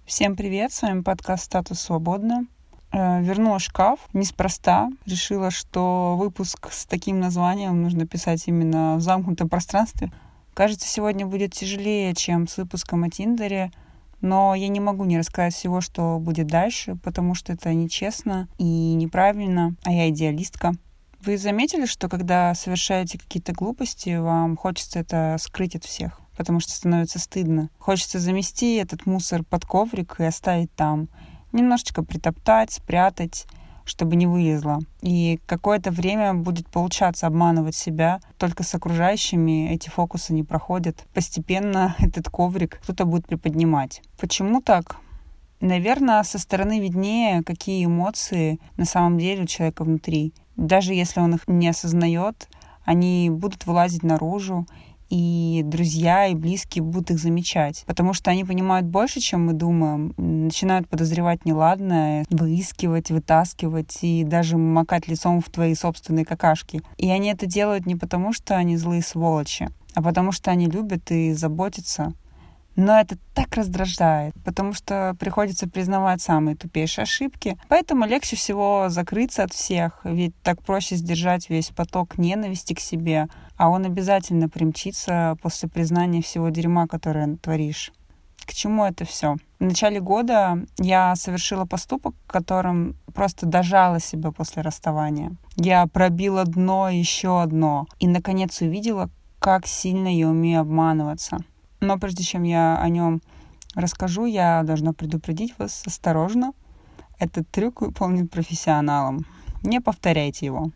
Всем привет, с вами подкаст «Статус свободно». Вернула шкаф неспроста. Решила, что выпуск с таким названием нужно писать именно в замкнутом пространстве. Кажется, сегодня будет тяжелее, чем с выпуском о Тиндере, но я не могу не рассказать всего, что будет дальше, потому что это нечестно и неправильно, а я идеалистка. Вы заметили, что когда совершаете какие-то глупости, вам хочется это скрыть от всех, потому что становится стыдно. Хочется замести этот мусор под коврик и оставить там. Немножечко притоптать, спрятать, чтобы не вылезло. И какое-то время будет получаться обманывать себя. Только с окружающими эти фокусы не проходят. Постепенно этот коврик кто-то будет приподнимать. Почему так? Наверное, со стороны виднее, какие эмоции на самом деле у человека внутри. Даже если он их не осознает, они будут вылазить наружу, и друзья и близкие будут их замечать, потому что они понимают больше, чем мы думаем, начинают подозревать неладное, выискивать, вытаскивать и даже макать лицом в твои собственные какашки. И они это делают не потому, что они злые сволочи, а потому что они любят и заботятся. Но это так раздражает, потому что приходится признавать самые тупейшие ошибки. Поэтому легче всего закрыться от всех, ведь так проще сдержать весь поток ненависти к себе, а он обязательно примчится после признания всего дерьма, которое творишь. К чему это все? В начале года я совершила поступок, которым просто дожала себя после расставания. Я пробила дно, еще одно, и наконец увидела, как сильно я умею обманываться. Но прежде чем я о нем расскажу, я должна предупредить вас осторожно. Этот трюк выполнен профессионалом. Не повторяйте его.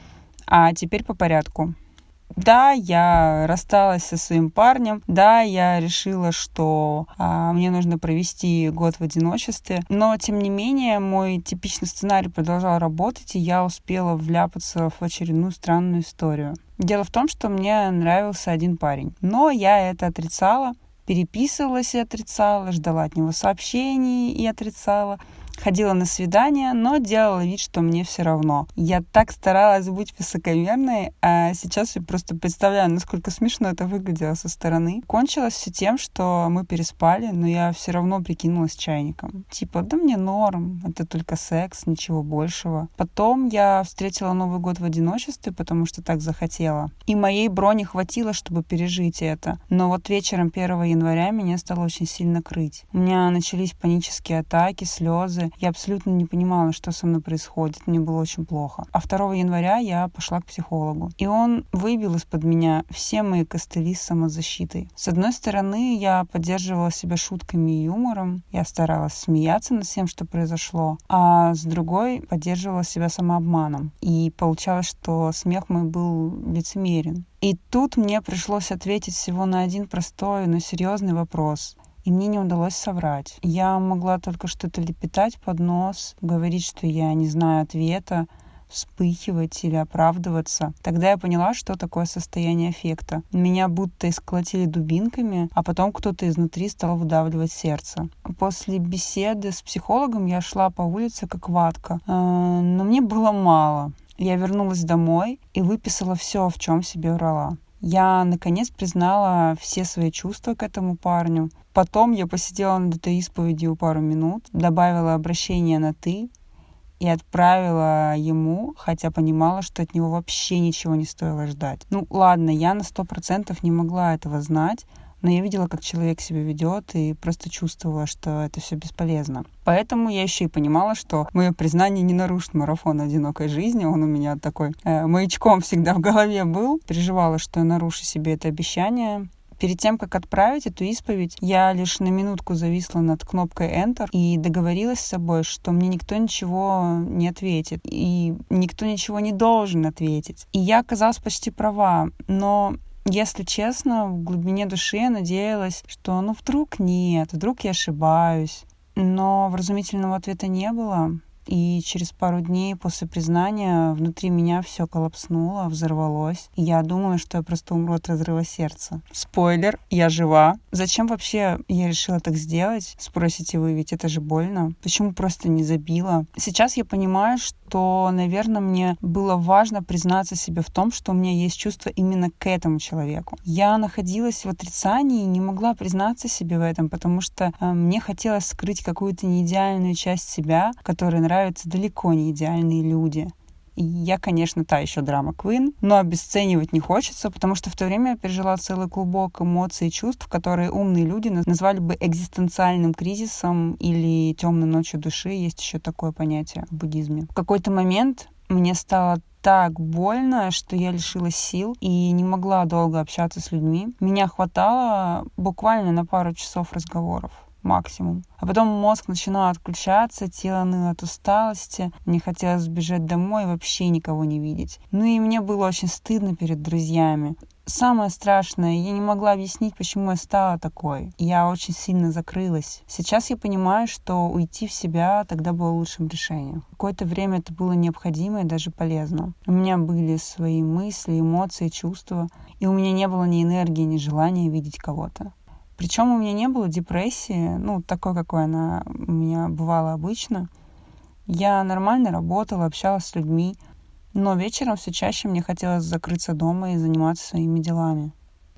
А теперь по порядку. Да, я рассталась со своим парнем. Да, я решила, что мне нужно провести год в одиночестве. Но, тем не менее, мой типичный сценарий продолжал работать, и я успела вляпаться в очередную странную историю. Дело в том, что мне нравился один парень. Но я это отрицала, переписывалась и отрицала, ждала от него сообщений и отрицала. Ходила на свидания, но делала вид, что мне все равно. Я так старалась быть высокомерной, а сейчас я просто представляю, насколько смешно это выглядело со стороны. Кончилось все тем, что мы переспали, но я все равно прикинулась чайником. Типа, да мне норм, это только секс, ничего большего. Потом я встретила Новый год в одиночестве, потому что так захотела. И моей брони хватило, чтобы пережить это. Но вот вечером 1 января меня стало очень сильно крыть. У меня начались панические атаки, слезы. Я абсолютно не понимала, что со мной происходит. Мне было очень плохо. А 2 января я пошла к психологу. И он выбил из-под меня все мои костыли с самозащитой. С одной стороны, я поддерживала себя шутками и юмором. Я старалась смеяться над всем, что произошло. А с другой, поддерживала себя самообманом. И получалось, что смех мой был лицемерен. И тут мне пришлось ответить всего на один простой, но серьезный вопрос. И мне не удалось соврать. Я могла только что-то лепетать под нос, говорить, что я не знаю ответа, вспыхивать или оправдываться. Тогда я поняла, что такое состояние аффекта. Меня будто исколотили дубинками, а потом кто-то изнутри стал выдавливать сердце. После беседы с психологом я шла по улице как ватка, но мне было мало. Я вернулась домой и выписала все, в чем себе врала. Я, наконец, признала все свои чувства к этому парню. Потом я посидела над этой исповедью пару минут, добавила обращение на «ты» и отправила ему, хотя понимала, что от него вообще ничего не стоило ждать. Ну ладно, я на 100% не могла этого знать, но я видела, как человек себя ведет, и просто чувствовала, что это все бесполезно. Поэтому я еще и понимала, что мое признание не нарушит марафон одинокой жизни. Он у меня такой маячком всегда в голове был. Переживала, что я нарушу себе это обещание. Перед тем, как отправить эту исповедь, я лишь на минутку зависла над кнопкой Enter и договорилась с собой, что мне никто ничего не ответит, и никто ничего не должен ответить. И я оказалась почти права, но, если честно, в глубине души я надеялась, что вдруг нет, вдруг я ошибаюсь. Но вразумительного ответа не было. И через пару дней после признания внутри меня все коллапснуло, взорвалось. И я думала, что я просто умру от разрыва сердца. Спойлер, я жива. Зачем вообще я решила так сделать? Спросите вы, ведь это же больно. Почему просто не забила? Сейчас я понимаю, что, наверное, мне было важно признаться себе в том, что у меня есть чувство именно к этому человеку. Я находилась в отрицании и не могла признаться себе в этом, потому что мне хотелось скрыть какую-то неидеальную часть себя, которой нравятся далеко не идеальные люди. И я, конечно, та еще драма-квин, но обесценивать не хочется, потому что в то время я пережила целый клубок эмоций и чувств, которые умные люди назвали бы экзистенциальным кризисом или темной ночью души. Есть еще такое понятие в буддизме. В какой-то момент мне стало так больно, что я лишилась сил и не могла долго общаться с людьми. Меня хватало буквально на пару часов разговоров. Максимум. А потом мозг начинал отключаться, тело ныло от усталости, мне хотелось сбежать домой и вообще никого не видеть. Ну и мне было очень стыдно перед друзьями. Самое страшное, я не могла объяснить, почему я стала такой. Я очень сильно закрылась. Сейчас я понимаю, что уйти в себя тогда было лучшим решением. Какое-то время это было необходимо и даже полезно. У меня были свои мысли, эмоции, чувства, и у меня не было ни энергии, ни желания видеть кого-то. Причем у меня не было депрессии, такой, какой она у меня бывала обычно. Я нормально работала, общалась с людьми, но вечером все чаще мне хотелось закрыться дома и заниматься своими делами.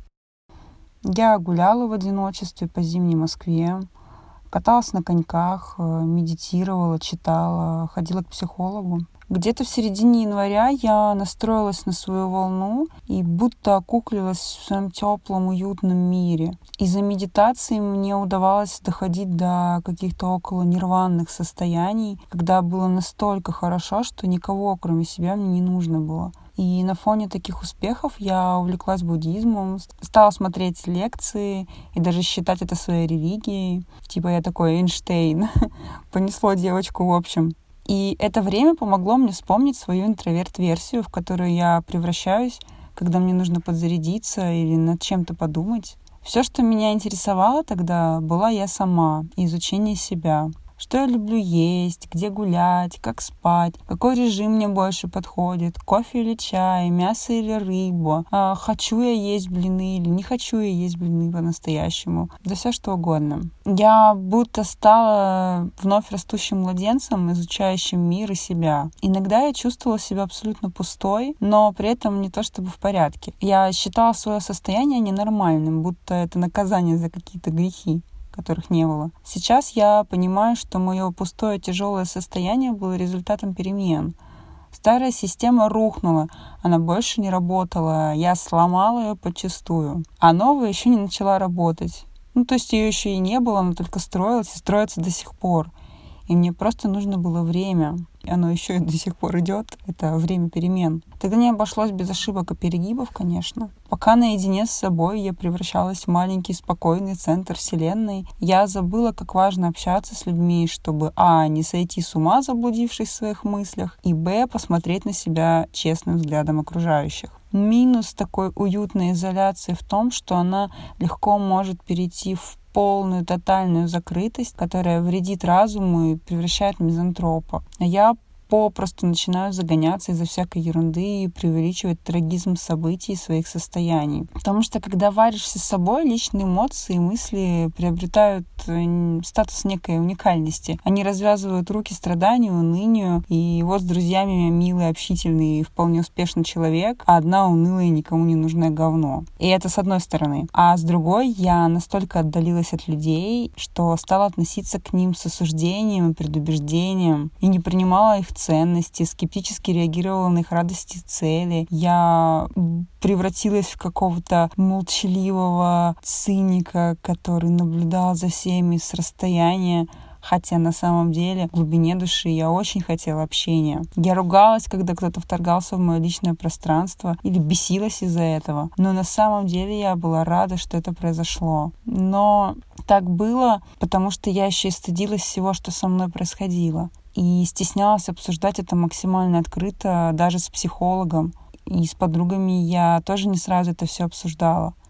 Я гуляла в одиночестве по зимней Москве, каталась на коньках, медитировала, читала, ходила к психологу. Где-то в середине января я настроилась на свою волну и будто окуклилась в своем теплом, уютном мире. Из-за медитации мне удавалось доходить до каких-то около нирванных состояний, когда было настолько хорошо, что никого, кроме себя, мне не нужно было. И на фоне таких успехов я увлеклась буддизмом, стала смотреть лекции и даже считать это своей религией. Типа я такой Эйнштейн. Понесло девочку в общем. И это время помогло мне вспомнить свою интроверт-версию, в которую я превращаюсь, когда мне нужно подзарядиться или над чем-то подумать. Все, что меня интересовало тогда, была я сама и изучение себя. Что я люблю есть, где гулять, как спать, какой режим мне больше подходит, кофе или чай, мясо или рыбу, хочу я есть блины или не хочу я есть блины по-настоящему, да все что угодно. Я будто стала вновь растущим младенцем, изучающим мир и себя. Иногда я чувствовала себя абсолютно пустой, но при этом не то чтобы в порядке. Я считала свое состояние ненормальным, будто это наказание за какие-то грехи, которых не было. Сейчас я понимаю, что мое пустое тяжелое состояние было результатом перемен. Старая система рухнула, она больше не работала, я сломала ее подчистую. А новая еще не начала работать. То есть ее еще и не было, она только строилась и строится до сих пор. И мне просто нужно было время. И оно еще и до сих пор идет. Это время перемен. Тогда не обошлось без ошибок и перегибов, конечно. Пока наедине с собой я превращалась в маленький спокойный центр вселенной, я забыла, как важно общаться с людьми, чтобы не сойти с ума, заблудившись в своих мыслях, и посмотреть на себя честным взглядом окружающих. Минус такой уютной изоляции в том, что она легко может перейти в полную, тотальную закрытость, которая вредит разуму и превращает в мизантропа. А я попросту начинаю загоняться из-за всякой ерунды и преувеличивать трагизм событий и своих состояний. Потому что, когда варишься с собой, личные эмоции и мысли приобретают статус некой уникальности. Они развязывают руки страданию, унынию, и вот с друзьями милый, общительный и вполне успешный человек, а одна унылая и никому не нужное говно. И это с одной стороны. А с другой, я настолько отдалилась от людей, что стала относиться к ним с осуждением и предубеждением, и не принимала их ценности, скептически реагировала на их радости и цели. Я превратилась в какого-то молчаливого циника, который наблюдал за всеми с расстояния, хотя на самом деле в глубине души я очень хотела общения. Я ругалась, когда кто-то вторгался в мое личное пространство, или бесилась из-за этого. Но на самом деле я была рада, что это произошло. Но так было, потому что я еще и стыдилась всего, что со мной происходило. И стеснялась обсуждать это максимально открыто, даже с психологом. И с подругами я тоже не сразу это все обсуждала.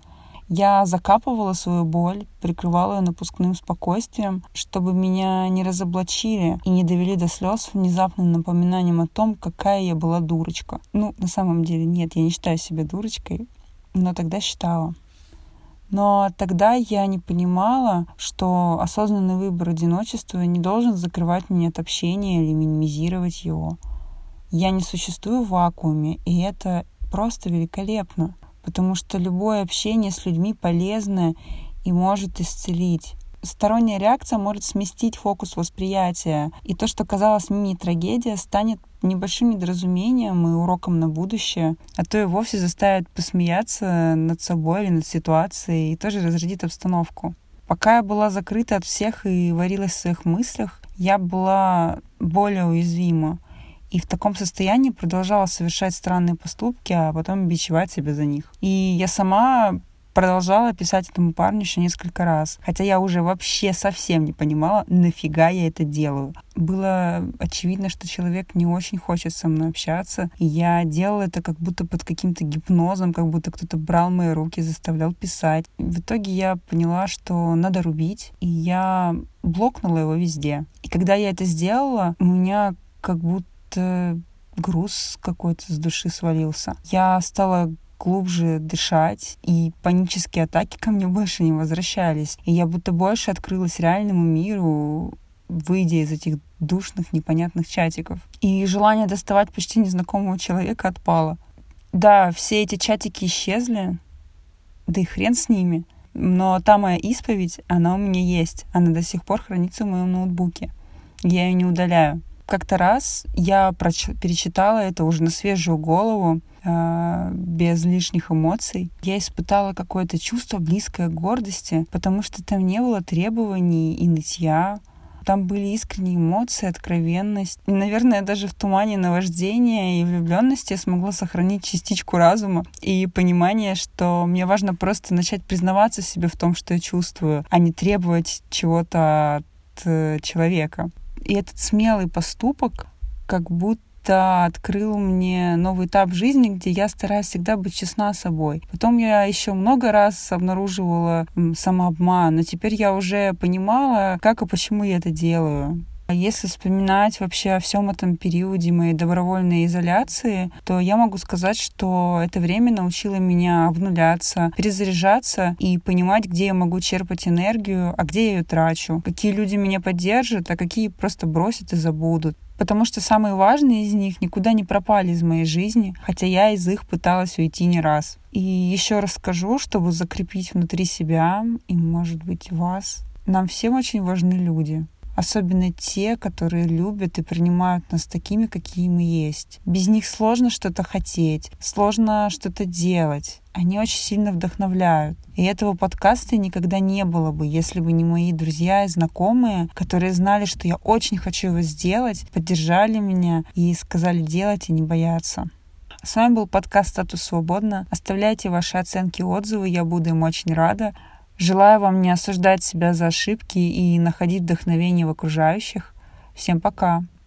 Я закапывала свою боль, прикрывала ее напускным спокойствием, чтобы меня не разоблачили и не довели до слез внезапным напоминанием о том, какая я была дурочка. На самом деле нет, я не считаю себя дурочкой, но тогда считала. Но тогда я не понимала, что осознанный выбор одиночества не должен закрывать меня от общения или минимизировать его. Я не существую в вакууме, и это просто великолепно, потому что любое общение с людьми полезно и может исцелить. Сторонняя реакция может сместить фокус восприятия, и то, что казалось мини-трагедия, станет небольшим недоразумением и уроком на будущее, а то и вовсе заставит посмеяться над собой или над ситуацией и тоже разрядит обстановку. Пока я была закрыта от всех и варилась в своих мыслях, я была более уязвима. И в таком состоянии продолжала совершать странные поступки, а потом бичевать себя за них. И я сама продолжала писать этому парню еще несколько раз. Хотя я уже вообще совсем не понимала, нафига я это делаю. Было очевидно, что человек не очень хочет со мной общаться. И я делала это как будто под каким-то гипнозом, как будто кто-то брал мои руки, заставлял писать. В итоге я поняла, что надо рубить. И я блокнула его везде. И когда я это сделала, у меня как будто груз какой-то с души свалился. Я стала глубже дышать, и панические атаки ко мне больше не возвращались. И я будто больше открылась реальному миру, выйдя из этих душных, непонятных чатиков. И желание доставать почти незнакомого человека отпало. Да, все эти чатики исчезли, да и хрен с ними. Но та моя исповедь, она у меня есть. Она до сих пор хранится в моем ноутбуке. Я ее не удаляю. Как-то раз я перечитала это уже на свежую голову, без лишних эмоций. Я испытала какое-то чувство близкое к гордости, потому что там не было требований и нытья. Там были искренние эмоции, откровенность. И, наверное, даже в тумане наваждения и влюбленности я смогла сохранить частичку разума и понимание, что мне важно просто начать признаваться себе в том, что я чувствую, а не требовать чего-то от человека. И этот смелый поступок как будто открыл мне новый этап жизни, где я стараюсь всегда быть честна с собой. Потом я еще много раз обнаруживала самообман, но теперь я уже понимала, как и почему я это делаю. Если вспоминать вообще о всем этом периоде моей добровольной изоляции, то я могу сказать, что это время научило меня обнуляться, перезаряжаться и понимать, где я могу черпать энергию, а где я ее трачу, какие люди меня поддержат, а какие просто бросят и забудут. Потому что самые важные из них никуда не пропали из моей жизни, хотя я из их пыталась уйти не раз. И еще раз скажу, чтобы закрепить внутри себя и, может быть, вас, нам всем очень важны люди. Особенно те, которые любят и принимают нас такими, какие мы есть. Без них сложно что-то хотеть, сложно что-то делать. Они очень сильно вдохновляют. И этого подкаста никогда не было бы, если бы не мои друзья и знакомые, которые знали, что я очень хочу его сделать, поддержали меня и сказали делать и не бояться. С вами был подкаст «Статус свободно». Оставляйте ваши оценки и отзывы, я буду им очень рада. Желаю вам не осуждать себя за ошибки и находить вдохновение в окружающих. Всем пока!